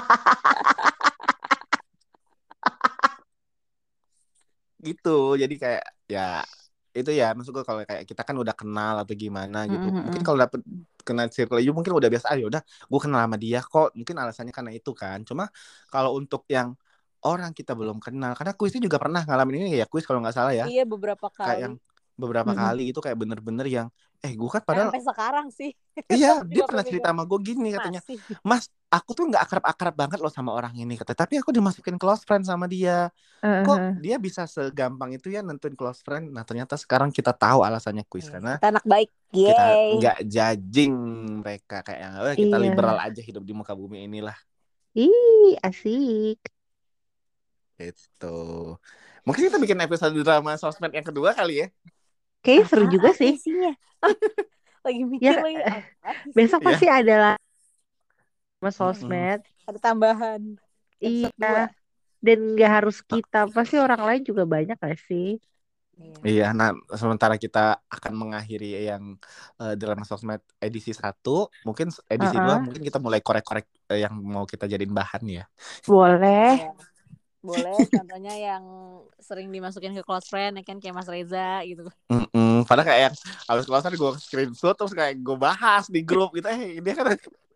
Gitu, jadi kayak ya itu ya, maksud gue kalau kayak kita kan udah kenal atau gimana gitu, Mm-mm. mungkin kalau dapet kena circle hijau mungkin udah biasa, ah ya udah gue kenal sama dia kok, mungkin alasannya karena itu kan. Cuma kalau untuk yang orang kita belum kenal, karena kuisnya juga pernah ngalamin ini ya kuis kalau nggak salah ya, Iya, beberapa kayak yang kali. beberapa Mm-mm. kali itu kayak bener-bener yang eh gue kan Eh, padahal sampai sekarang sih. iya Aku dia juga pernah sampai cerita sama gue gini katanya, masih. Mas aku tuh nggak akrab-akrab banget loh sama orang ini kata, tapi aku dimasukin close friend sama dia. Kok Uh-huh. dia bisa segampang itu ya nentuin close friend. Nah ternyata sekarang kita tahu alasannya kuis, Hmm, karena kita anak baik. kita Yeay. nggak judging mereka, kayak yang "Eh, kita Iya. liberal aja hidup di muka bumi inilah." Ih, asik. Itu mungkin kita bikin episode drama sosmed yang kedua kali ya. Kayaknya seru juga Apaan sih. isinya? Lagi mikir Ya, lagi eh, apa sih? besok Iya. pasti ada lah sama Mm-mm. sosmed. Ada tambahan episode Iya. dua. Dan nggak harus kita, pasti orang lain juga banyak gak sih? Iya. Iya, nah sementara kita akan mengakhiri yang eh, drama sosmed edisi satu, mungkin edisi dua Heeh. mungkin kita mulai korek-korek eh, yang mau kita jadiin bahan ya. Boleh. Iya. Boleh, contohnya yang sering dimasukin ke close friend ya kan, kayak Mas Reza gitu. Mm-mm. Padahal kayak yang habis kelosan gue screenshot terus kayak gue bahas di grup gitu, eh dia kan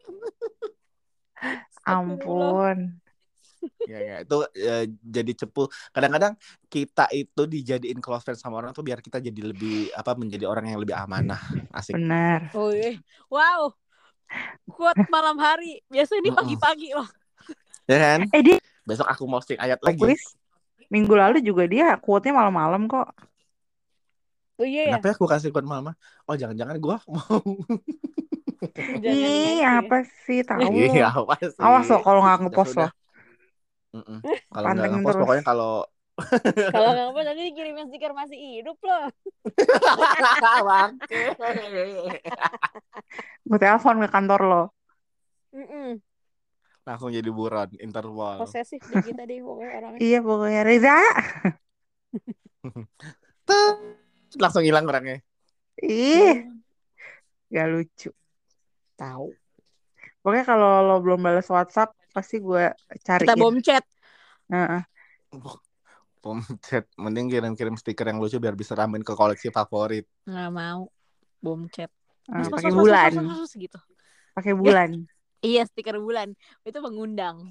Astagfirullah. Ampun. ya, ya itu eh, jadi cepu. Kadang-kadang kita itu dijadiin close friend sama orang tuh biar kita jadi lebih apa menjadi orang yang lebih amanah. Asik. Benar. Oh iya. Wow. Quote malam hari. Biasa ini Mm-mm. pagi-pagi loh. Ya kan? Eh dia Besok aku mau posting ayat lagi. kuis minggu lalu juga dia quote-nya malam-malam kok. Oh iya ya. Kenapa ya aku kasih quote mama? Oh jangan-jangan gue mau. Jangan Ih, ngasih. apa sih tahu lo. Iya apa sih? Awas lo kalau nggak Ya ngepost sudah. lo. Mm-mm. Kalau nggak Pantengin ngepost terus. pokoknya kalau Kalau nggak apa nanti dikirimin stiker masih hidup loh. Bangke. Gue telepon ke kantor lo. Mm-mm. Langsung jadi buron Interpol. Posesif deh kita deh pokoknya orangnya. Iya pokoknya Reza. Langsung hilang orangnya. Ih, gak lucu. Tahu. Pokoknya kalau lo belum balas WhatsApp, pasti gue cariin. Kita bom chat. Heeh. Bom chat. Mending kirim-kirim stiker yang lucu biar bisa rambahin ke koleksi favorit. Nggak mau. Bom chat. Heeh, Mas, mas, pakai mas, mas, bulan. mas, mas, mas, gitu. Pakai bulan. Iya, stiker bulan. Itu mengundang.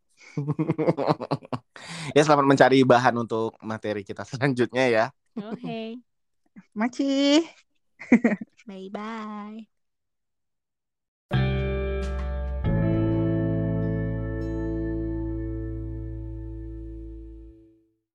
Ya selamat mencari bahan untuk materi kita selanjutnya ya. Oke. Maci. Bye-bye.